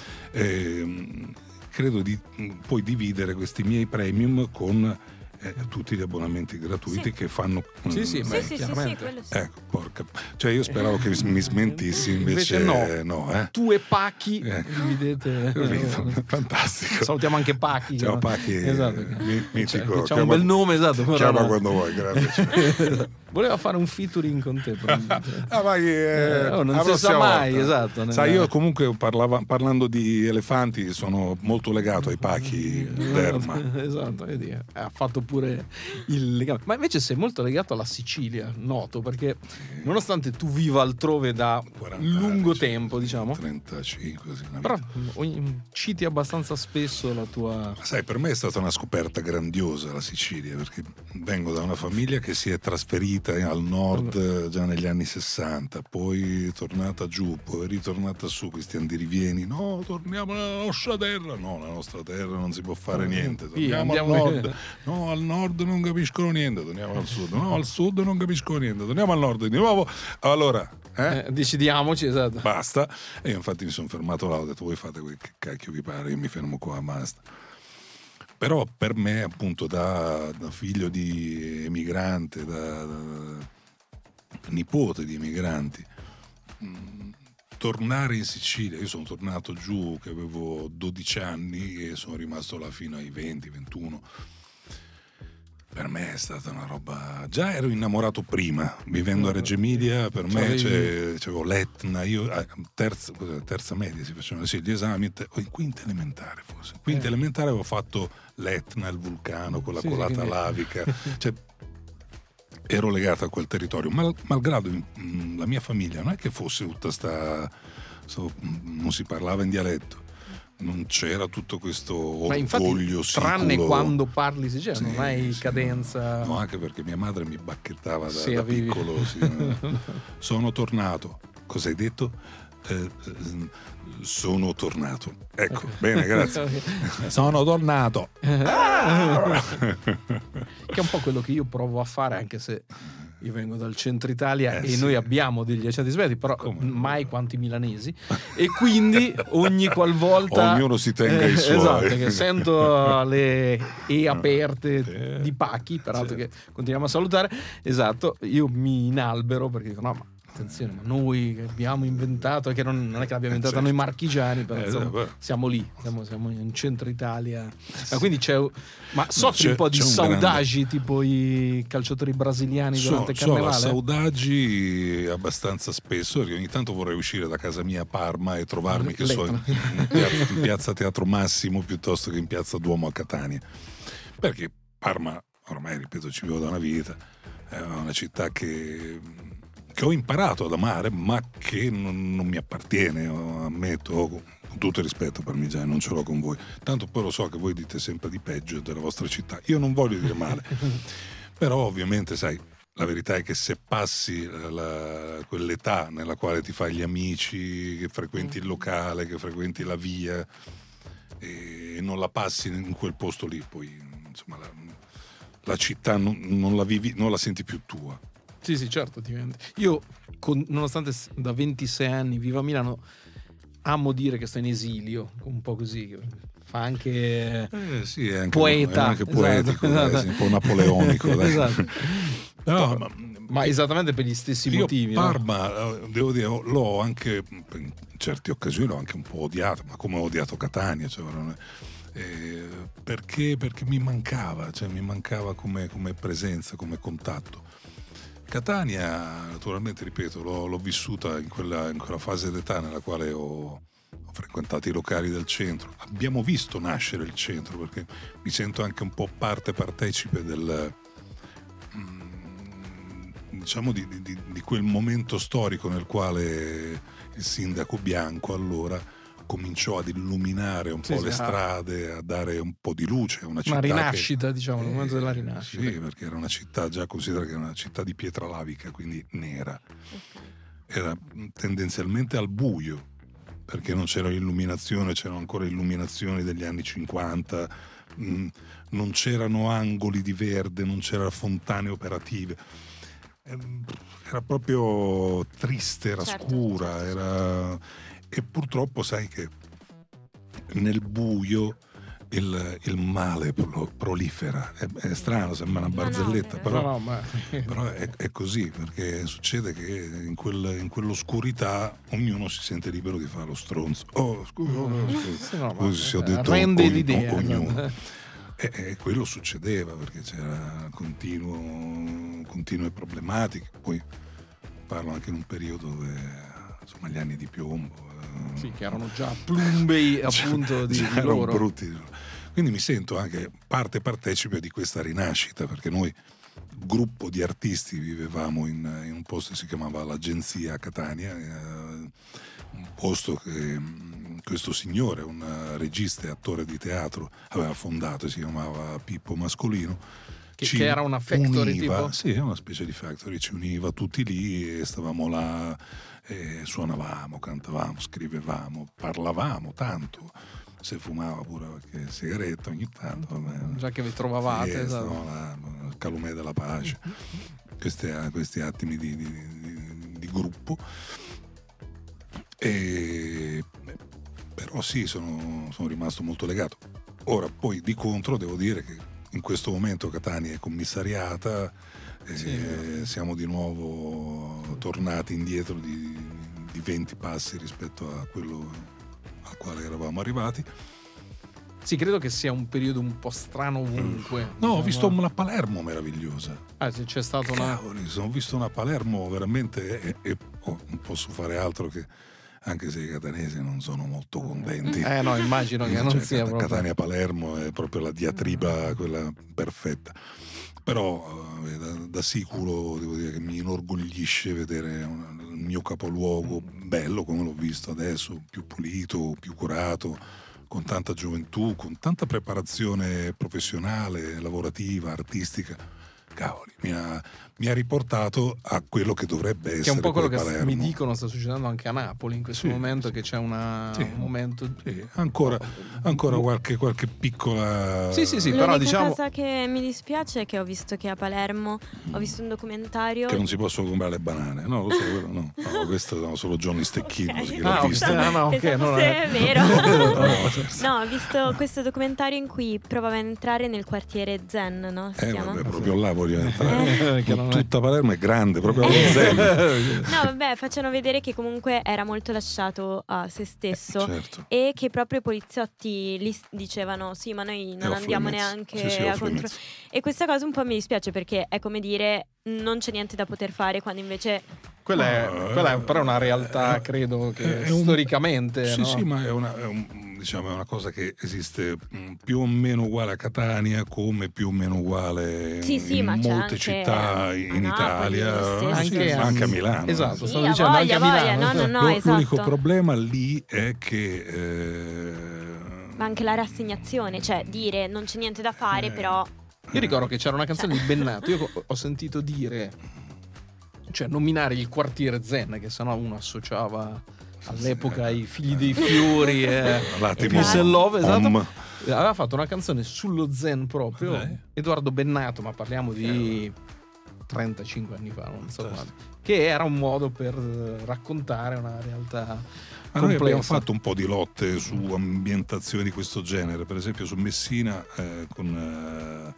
Credo di poi dividere questi miei premium con tutti gli abbonamenti gratuiti che fanno chiaramente. Ecco, porca, cioè io speravo che mi smentissi, invece no. Tu e Pachi dividete. Fantastico. Salutiamo anche Pachi. Ciao Pachi, esatto. mitico. C'ha un bel nome, esatto. Chiama quando vuoi, grazie. Voleva fare un featuring con te. Non si sa mai, esatto. Sai, io comunque parlando di elefanti sono molto legato ai Pachi d'Erma. Esatto, vedi, ha fatto pure il legame. Ma invece sei molto legato alla Sicilia, noto, perché nonostante tu viva altrove da lungo tempo, diciamo 35, sì, però citi abbastanza spesso la tua. Sai, per me è stata una scoperta grandiosa la Sicilia, perché vengo da una famiglia che si è trasferita al nord già negli anni 60, poi tornata giù, poi ritornata su, questi andirivieni. No, torniamo alla nostra terra. No, la nostra terra non si può fare niente, torniamo al nord. No, al nord non capiscono niente, torniamo al sud. No, al sud non capiscono niente, torniamo al nord di nuovo. Allora decidiamoci, esatto. Basta. E io infatti mi sono fermato là, ho detto voi fate quel che cacchio vi pare, io mi fermo qua, basta. Però per me, appunto, da figlio di emigrante, da nipote di emigranti, tornare in Sicilia, io sono tornato giù che avevo 12 anni e sono rimasto là fino ai 20-21. Per me è stata una roba. Già ero innamorato prima, vivendo a Reggio Emilia. Per me c'avevo l'Etna. Io terza media si facevano gli esami, in quinta elementare forse. Quinta elementare avevo fatto l'Etna, il vulcano con la colata lavica. Cioè, ero legato a quel territorio, malgrado la mia famiglia non è che fosse tutta non si parlava in dialetto. Non c'era tutto questo orgoglio siculo. Tranne quando parli siciliano, non hai cadenza. No, anche perché mia madre mi bacchettava da piccolo. Sì. Sono tornato. Cosa hai detto? Sono tornato. Ecco, bene, grazie. Sono tornato. Che è un po' quello che io provo a fare, anche se io vengo dal centro Italia e noi abbiamo degli accenti svelti, però mai quanti milanesi, e quindi ogni qualvolta ognuno si tenga i suoi. Esatto, che sento le aperte di Pachi, peraltro che continuiamo a salutare, esatto, io mi inalbero perché dico no, ma attenzione, ma noi che abbiamo inventato, che non è che l'abbiamo inventata noi marchigiani, però insomma, siamo lì, siamo in centro Italia. Ma quindi soffri un po' di saudagi, tipo i calciatori brasiliani durante il carnevale? Saudagi abbastanza spesso, perché ogni tanto vorrei uscire da casa mia a Parma e trovarmi che so in piazza Teatro Massimo piuttosto che in piazza Duomo a Catania, perché Parma ormai, ripeto, ci vivo da una vita, è una città che ho imparato ad amare, ma che non mi appartiene, ammetto, con tutto il rispetto parmigiani, non ce l'ho con voi, tanto poi lo so che voi dite sempre di peggio della vostra città, io non voglio dire male, però ovviamente sai, la verità è che se passi quell'età nella quale ti fai gli amici, che frequenti il locale, che frequenti la via e non la passi in quel posto lì, poi insomma la città non la vivi, non la senti più tua. Sì, certo. Io, nonostante da 26 anni vivo a Milano, amo dire che sto in esilio, un po' così. Fa anche, sì, è anche poeta, è anche poetico, esatto. Un po' napoleonico. Dai. Esatto. No, ma esattamente per gli stessi motivi. Parma, devo dire, l'ho anche in certe occasioni l'ho anche un po' odiato, ma come ho odiato Catania, cioè, perché mi mancava come presenza, come contatto. Catania, naturalmente, ripeto, l'ho vissuta in quella fase d'età nella quale ho frequentato i locali del centro. Abbiamo visto nascere il centro, perché mi sento anche un po' partecipe del diciamo di quel momento storico nel quale il sindaco Bianco allora cominciò ad illuminare un po' le strade, a dare un po' di luce a una città. Una rinascita, diciamo, il momento della rinascita. Sì, perché era una città già considerata che era una città di pietra lavica, quindi nera. Era tendenzialmente al buio, perché non c'era illuminazione, c'erano ancora illuminazioni degli anni 50, non c'erano angoli di verde, non c'erano fontane operative. Era proprio triste, era scura, era... E purtroppo sai che nel buio il male prolifera. È strano, sembra una barzelletta, però è così, perché succede che in quell'oscurità ognuno si sente libero di fare lo stronzo. Così si è detto rende l'idea. Ognuno. E quello succedeva, perché c'era continue problematiche. Poi parlo anche in un periodo dove insomma gli anni di piombo che erano già plumbei appunto di loro, brutti. Quindi mi sento anche partecipe di questa rinascita, perché noi gruppo di artisti vivevamo in un posto che si chiamava l'Agenzia a Catania, un posto che questo signore, un regista e attore di teatro, aveva fondato, si chiamava Pippo Mascolino, che era una factory tipo? Sì, una specie di factory, ci univa tutti lì e stavamo là, e suonavamo, cantavamo, scrivevamo, parlavamo tanto, se fumava pure qualche sigaretta ogni tanto. Già che vi trovavate, stavamo là, il Calumè della Pace, questi attimi di gruppo. Però sì, sono rimasto molto legato. Ora, poi di contro devo dire che in questo momento Catania è commissariata, siamo di nuovo tornati indietro di 20 passi rispetto a quello al quale eravamo arrivati. Sì, credo che sia un periodo un po' strano ovunque. No, ho visto una Palermo meravigliosa. Sì, c'è stata ho visto una Palermo veramente e non posso fare altro che, anche se i catanesi non sono molto contenti. No, immagino che non sia proprio. Catania-Palermo è proprio la diatriba quella perfetta. Però da sicuro devo dire che mi inorgoglisce vedere il mio capoluogo bello come l'ho visto adesso, più pulito, più curato, con tanta gioventù, con tanta preparazione professionale, lavorativa, artistica. Cavoli, mi ha riportato a quello che dovrebbe essere. Che è un po' quello che Palermo. Mi dicono sta succedendo anche a Napoli in questo momento, che c'è un momento ancora qualche piccola sì, però diciamo cosa che mi dispiace è che ho visto che a Palermo ho visto un documentario che non si possono comprare le banane. No, lo so, no, questo sono solo Johnny Stecchino, okay. L'ho visto. È vero. No, ho visto questo documentario in cui provava a entrare nel quartiere Zen, no? Si chiama? Vabbè, proprio là vogliono entrare. Che non è- Tutta Palermo è grande, proprio allo zen. No, vabbè, facciano vedere che comunque era molto lasciato a se stesso. Certo. E che proprio i poliziotti lì dicevano sì, ma noi non Offro andiamo i mezzi. neanche Sì, a offro i contro. mezzi. E questa cosa un po' mi dispiace, perché è come dire non c'è niente da poter fare, quando invece quella è però una realtà, credo, che è un- storicamente, Sì, no? sì, ma è una cosa che esiste più o meno uguale a Catania, come più o meno uguale Sì, sì, in ma c'è molte anche città a in Napoli Italia, stesso. sì, anche a Milano. Esatto, Sì, stavo a dicendo anche voglia, a voglia, Milano. no, esatto. L'unico problema lì è che ma anche la rassegnazione, cioè dire non c'è niente da fare, però Io ricordo che c'era una canzone di Bennato, io ho sentito dire, cioè nominare il quartiere zen, che sennò uno associava all'epoca i figli dei fiori e Peace and Love, esatto. Aveva fatto una canzone sullo zen proprio, Edoardo Bennato, ma parliamo di 35 anni fa, non so quanto, che era un modo per raccontare una realtà Ma noi abbiamo complessa. fatto un po' di lotte su ambientazioni di questo genere, per esempio su Messina con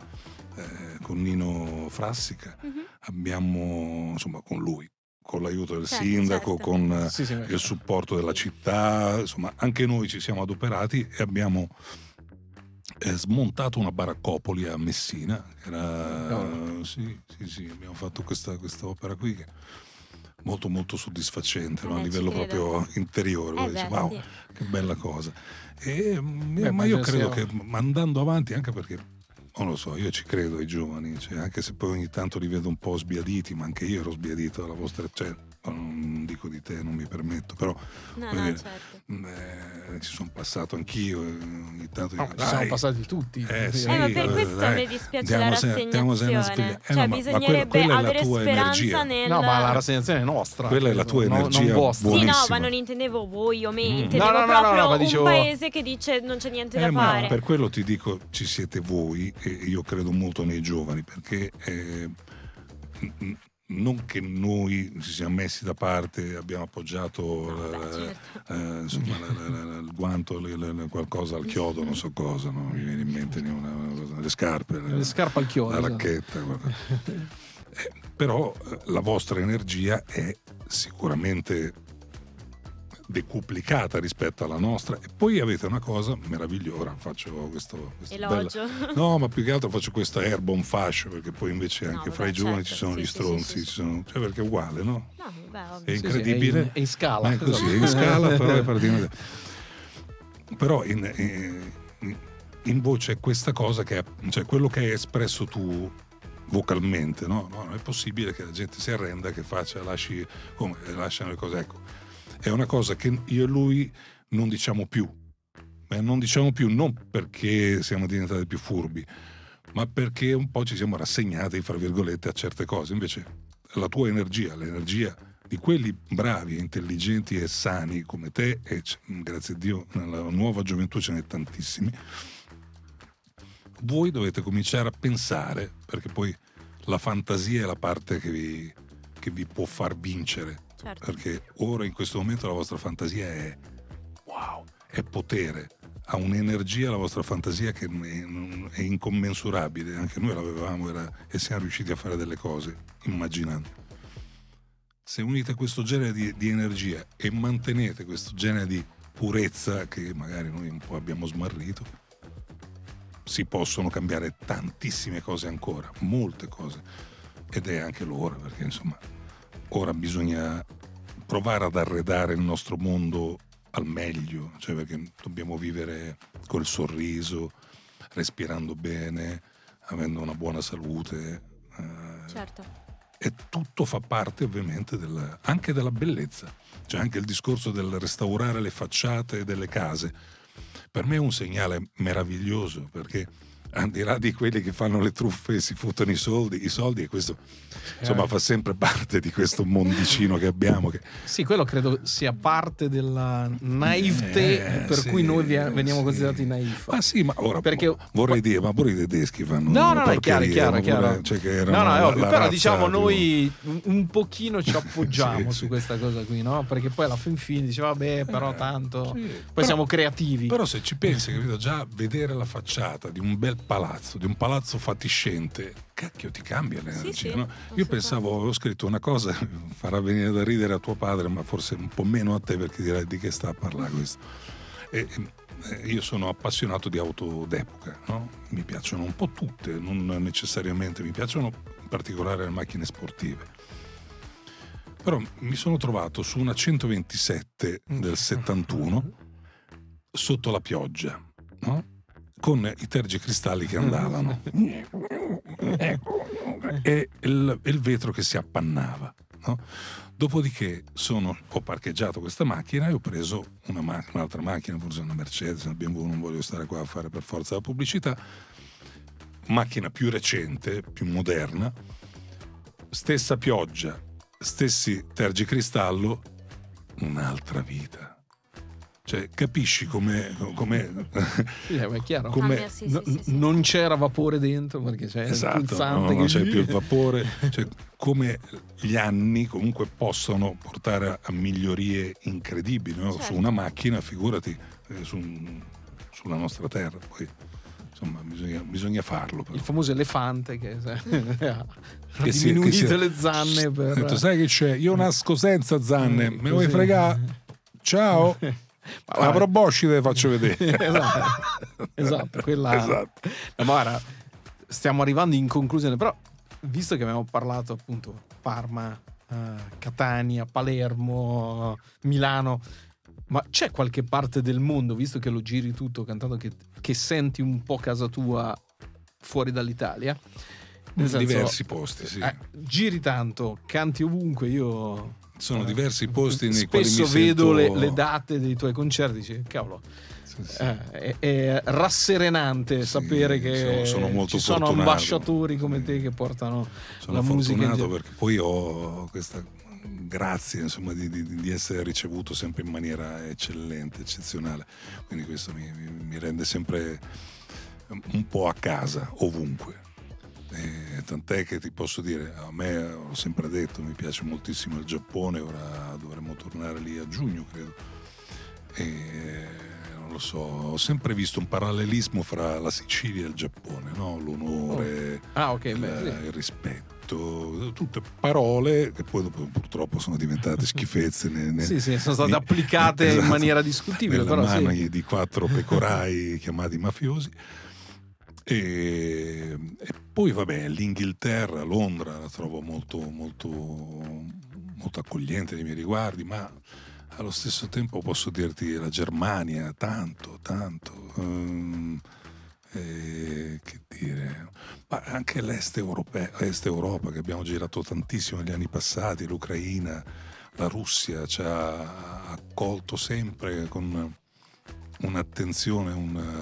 Nino Frassica abbiamo, insomma, con lui, con l'aiuto del Certo, sindaco, certo. con Sì, sì, il supporto della città, insomma anche noi ci siamo adoperati e abbiamo smontato una baraccopoli a Messina, che era, sì, abbiamo fatto questa opera qui che molto molto soddisfacente, no? A ci livello credo. proprio interiore, poi dici, wow, sì. che bella cosa. Ma ma io già credo sia- che andando avanti, anche perché non lo so, io ci credo ai giovani, cioè, anche se poi ogni tanto li vedo un po' sbiaditi, ma anche io ero sbiadito alla vostra, cioè, non dico di te, non mi permetto, però no, voglio dire, certo. ci sono passato anch'io, ogni tanto No, dico, ci siamo dai, passati tutti. sì, ma per questo a me dai, dispiace la andiamo se una rassegnazione. sveglia. Cioè No, ma bisognerebbe quella è la avere tua speranza energia. nel... No, ma la rassegnazione è nostra. Quella è la tua non energia vostra. Sì, no, buonissima. ma non intendevo voi o me, intendevo No, no, no, proprio no, ma un dicevo- paese che dice non c'è niente da Ma fare. per quello ti dico, ci siete voi e io credo molto nei giovani, perché non che noi ci siamo messi da parte, abbiamo appoggiato certo. insomma, il guanto, qualcosa al chiodo, non so cosa, no? Mi viene in mente le scarpe, Le scarpe al chiodo, la esatto. racchetta, qualcosa. Però la vostra energia è sicuramente decuplicata rispetto alla nostra, e poi avete una cosa meravigliosa. Ora faccio questo Elogio. no, ma più che altro faccio questa erba un fascio, perché poi invece anche No, fra vabbè, i giovani certo, ci sono sì, gli sì, stronzi, sì, sì. ci sono, cioè, perché è uguale, no? No, beh, È ovvio. Sì, incredibile, è in scala. ma è così, è in scala, però è praticamente. Però in voce è questa cosa che è, cioè quello che hai espresso tu vocalmente, no? No, non è possibile che la gente si arrenda, che lasciano le cose, ecco. È una cosa che io e lui non diciamo più. Non diciamo più non perché siamo diventati più furbi, ma perché un po' ci siamo rassegnati, fra virgolette, a certe cose. Invece la tua energia, l'energia di quelli bravi, intelligenti e sani come te, e grazie a Dio nella nuova gioventù ce n'è tantissimi, voi dovete cominciare a pensare, perché poi la fantasia è la parte che vi può far vincere. Certo. Perché ora in questo momento la vostra fantasia è wow, è potere, ha un'energia la vostra fantasia che è incommensurabile. Anche noi l'avevamo e siamo riusciti a fare delle cose immaginando. Se unite questo genere di energia e mantenete questo genere di purezza che magari noi un po' abbiamo smarrito, si possono cambiare tantissime cose ancora, molte cose, ed è anche l'ora, perché insomma ora bisogna provare ad arredare il nostro mondo al meglio, cioè perché dobbiamo vivere col sorriso, respirando bene, avendo una buona salute. Certo. E tutto fa parte ovviamente anche della bellezza. Cioè anche il discorso del restaurare le facciate delle case. Per me è un segnale meraviglioso, perché al di là di quelli che fanno le truffe e si fottono i soldi, e questo insomma fa sempre parte di questo mondicino che abbiamo. Sì, quello credo sia parte della naivete per cui noi veniamo considerati naif. Ah sì, ma ora perché vorrei dire, ma pure i tedeschi fanno no, è porcherie, chiaro. Cioè che erano no, è ovvio, però razza diciamo più- noi un pochino ci appoggiamo Sì, su sì. questa cosa qui, no? Perché poi alla fin fine dice vabbè, però tanto sì. poi Però- siamo creativi. Però se ci pensi, capito, già vedere la facciata di un bel palazzo fatiscente, cacchio, ti cambia l'energia, sì, no? Io pensavo, ho scritto una cosa, farà venire da ridere a tuo padre, ma forse un po' meno a te, perché direi di che sta a parlare questo. Io sono appassionato di auto d'epoca, no? Mi piacciono un po' tutte, non necessariamente mi piacciono in particolare le macchine sportive. Però mi sono trovato su una 127 del 71 sotto la pioggia, no? Con i tergicristalli che andavano e il vetro che si appannava, no? Dopodiché ho parcheggiato questa macchina e ho preso un'altra macchina, forse una Mercedes, non voglio stare qua a fare per forza la pubblicità, macchina più recente, più moderna, stessa pioggia, stessi tergicristallo, un'altra vita. Cioè, capisci come è chiaro. Come non c'era vapore dentro, perché c'è il pulsante, non c'è più il vapore, cioè, come gli anni comunque possono portare a migliorie incredibili, no? Certo. Su una macchina, figurati, sulla nostra terra. Poi insomma bisogna farlo, però. Il famoso elefante che ha Che diminuito le zanne per... Detto, sai che c'è? Io nasco senza zanne, me vuoi fregare? Ciao. La proboscide faccio vedere. esatto, quella... Esatto. No, ma guarda, stiamo arrivando in conclusione, però visto che abbiamo parlato appunto Parma, Catania, Palermo, Milano, ma c'è qualche parte del mondo, visto che lo giri tutto cantando, che senti un po' casa tua fuori dall'Italia? Nel senso, diversi posti, sì. Giri tanto, canti ovunque, io... Sono diversi posti nei quali mi spesso vedo sento... le date dei tuoi concerti, dici, cavolo, sì. È rasserenante sapere che sono molto ci sono fortunato. ambasciatori come te che portano la musica. Sono fortunato perché poi ho questa grazia, insomma, di essere ricevuto sempre in maniera eccellente, eccezionale. Quindi questo mi rende sempre un po' a casa, ovunque. Tant'è che ti posso dire, a me, ho sempre detto, mi piace moltissimo il Giappone, ora dovremmo tornare lì a giugno, credo, e non lo so, ho sempre visto un parallelismo fra la Sicilia e il Giappone, no? L'onore, il rispetto, tutte parole che poi dopo, purtroppo sono diventate schifezze sono state applicate in maniera discutibile, nelle però mani di 4 pecorai chiamati mafiosi. E poi vabbè, l'Inghilterra, Londra la trovo molto molto molto accogliente nei miei riguardi, ma allo stesso tempo posso dirti la Germania tanto che dire, ma anche l'est Europa che abbiamo girato tantissimo negli anni passati, l'Ucraina, la Russia ci ha accolto sempre con un'attenzione,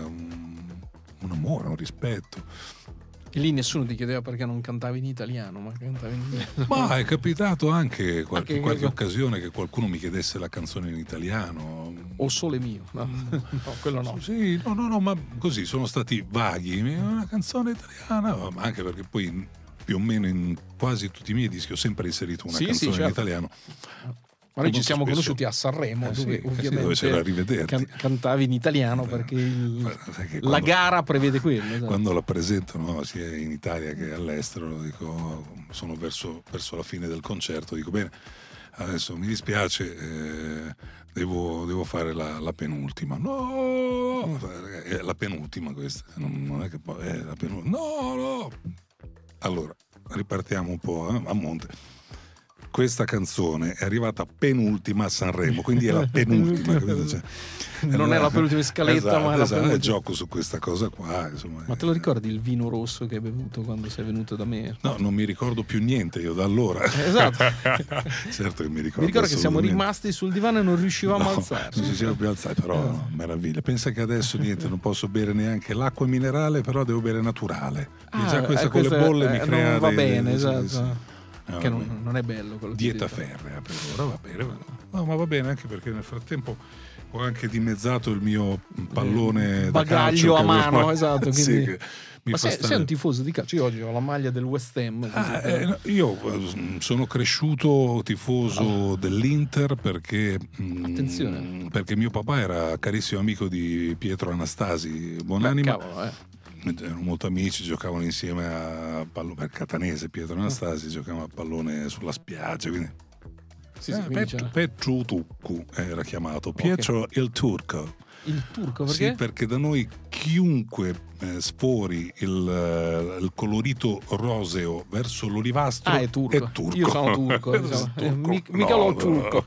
un amore, un rispetto. E lì nessuno ti chiedeva perché non cantavi in italiano, ma cantavi in inglese. Ma è capitato anche qualche occasione che qualcuno mi chiedesse la canzone in italiano. O Sole mio, no, quello no. Sì, no, ma così sono stati vaghi. Una canzone italiana, ma anche perché poi più o meno in quasi tutti i miei dischi ho sempre inserito una canzone in italiano. Ma noi ci siamo conosciuti a Sanremo, dove ovviamente dove c'era Arrivederti. Cantavi in italiano perché la gara prevede quello. Esatto. Quando la presento, sia in Italia che all'estero, dico, sono verso la fine del concerto, dico bene, adesso mi dispiace, devo fare la penultima. No, è la penultima questa, non è che poi è la penultima. No. Allora, ripartiamo un po' a monte. Questa canzone è arrivata penultima a Sanremo, quindi è la penultima. Cioè, non è la penultima scaletta, ma è la penultima. Gioco su questa cosa qua. Insomma, ma te lo ricordi il vino rosso che hai bevuto quando sei venuto da me? No, non mi ricordo più niente io da allora. Esatto. Certo che mi ricordo. Mi ricordo che siamo rimasti sul divano e non riuscivamo a alzarci. Non ci siamo più alzati, però meraviglia. Pensa che adesso niente, non posso bere neanche l'acqua minerale, però devo bere naturale. Già questa con le bolle mi crea. Non va bene, esatto. Che non è bello quello. Dieta ferrea per ora, va bene. No, ma va bene anche perché nel frattempo ho anche dimezzato il mio pallone bagaglio da calcio a mano, esatto. Quindi... Sì, ma sei un tifoso di calcio? Io oggi ho la maglia del West Ham. Io sono cresciuto tifoso dell'Inter perché attenzione, perché mio papà era carissimo amico di Pietro Anastasi, buonanima. Cavolo, erano molto amici, giocavano insieme a pallone, per Catanese, Pietro Anastasi, giocavano a pallone sulla spiaggia, quindi Petru Turcu era chiamato, Pietro il Turco. Il turco, perché? Sì, perché da noi chiunque sfori il colorito roseo verso l'olivastro è turco. Io sono turco, mica lo turco.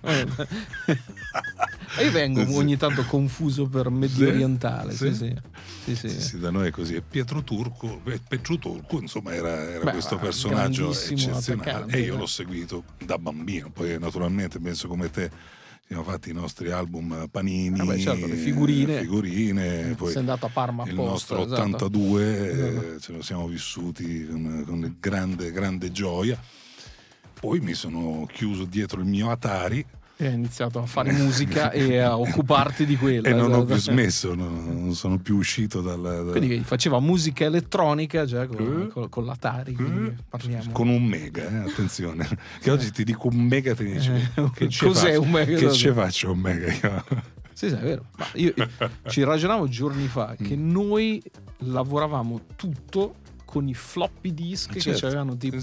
Io vengo ogni tanto confuso per medio orientale. Sì, da noi è così. E Petru Turcu, insomma, era questo personaggio eccezionale, e io l'ho seguito da bambino. Poi naturalmente penso come te abbiamo fatto i nostri album Panini, certo, le figurine, poi sei andato a Parma il nostro 82, ce lo siamo vissuti con grande gioia. Poi mi sono chiuso dietro il mio Atari e hai iniziato a fare musica e a occuparti di quella. E non ho più smesso, non sono più uscito Quindi faceva musica elettronica già con l'Atari, parliamo. Con un mega, attenzione, che oggi ti dico un mega, ti dici che cos'è un mega? Che ci faccio un mega? Sì, è vero. Ma io ci ragionavo giorni fa che noi lavoravamo tutto con i floppy disk, che avevano tipo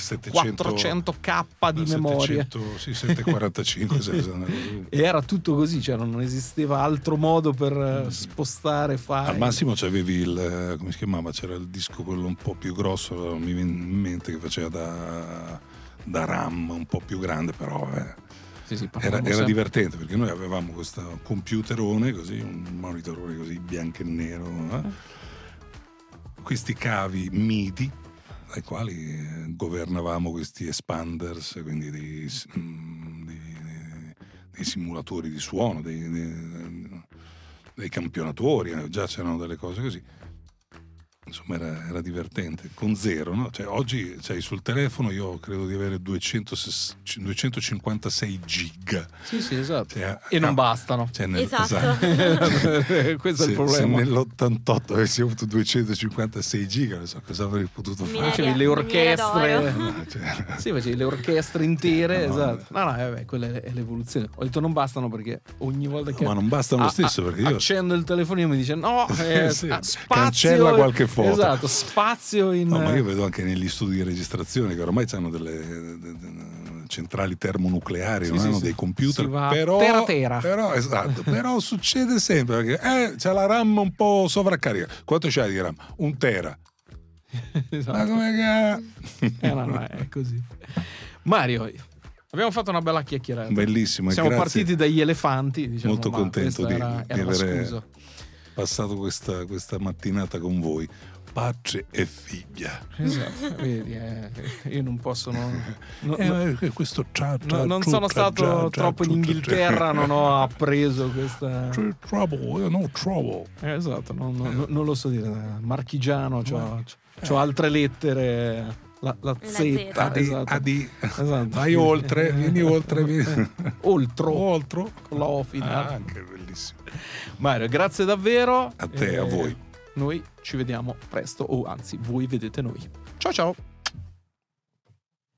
400k di memoria. 745 e era tutto così, cioè non esisteva altro modo per spostare file. Al massimo c'avevi il, come si chiamava, c'era il disco quello un po' più grosso, mi viene in mente, che faceva da RAM, un po' più grande, però era divertente, perché noi avevamo questo computerone così, un monitorone così bianco e nero, questi cavi MIDI dai quali governavamo questi expanders, quindi dei simulatori di suono, dei campionatori, già c'erano delle cose così. Insomma era divertente, con zero, no? Cioè, oggi sul telefono io credo di avere 256 giga. Sì, esatto. E non bastano. Esatto. Questo è il problema. Se nell'88 avessi avuto 256 giga, non so cosa avrei potuto fare. Facevi le orchestre. Sì, facevi le orchestre intere, esatto. No, quella è l'evoluzione. Ho detto non bastano perché ogni volta che... ma non bastano lo stesso, perché io accendo il telefonino e mi dice no, spazio, cancella qualche foto. Esatto, spazio in... No, ma io vedo anche negli studi di registrazione che ormai hanno delle centrali termonucleari, non hanno dei computer, però esatto, però succede sempre perché c'è la RAM un po' sovraccarica. Quanto c'hai di RAM? 1 tera. Esatto. Ma come che... no, è così. Mario, abbiamo fatto una bella chiacchierata. Bellissima, siamo grazie. Partiti dagli elefanti, diciamo, molto contento di aver passato questa mattinata con voi, padre e figlia. Esatto, vedi, io non posso questo non sono stato troppo in Inghilterra, non ho appreso questa trouble, no trouble. Esatto, non lo so dire, marchigiano, c'ho altre lettere. La Z, esatto. Esatto. Vai oltre, vieni oltre. Oltro con la O finale. Anche bellissimo. Mario, grazie davvero. A te, a voi. Noi ci vediamo presto, o anzi, voi vedete noi. Ciao ciao.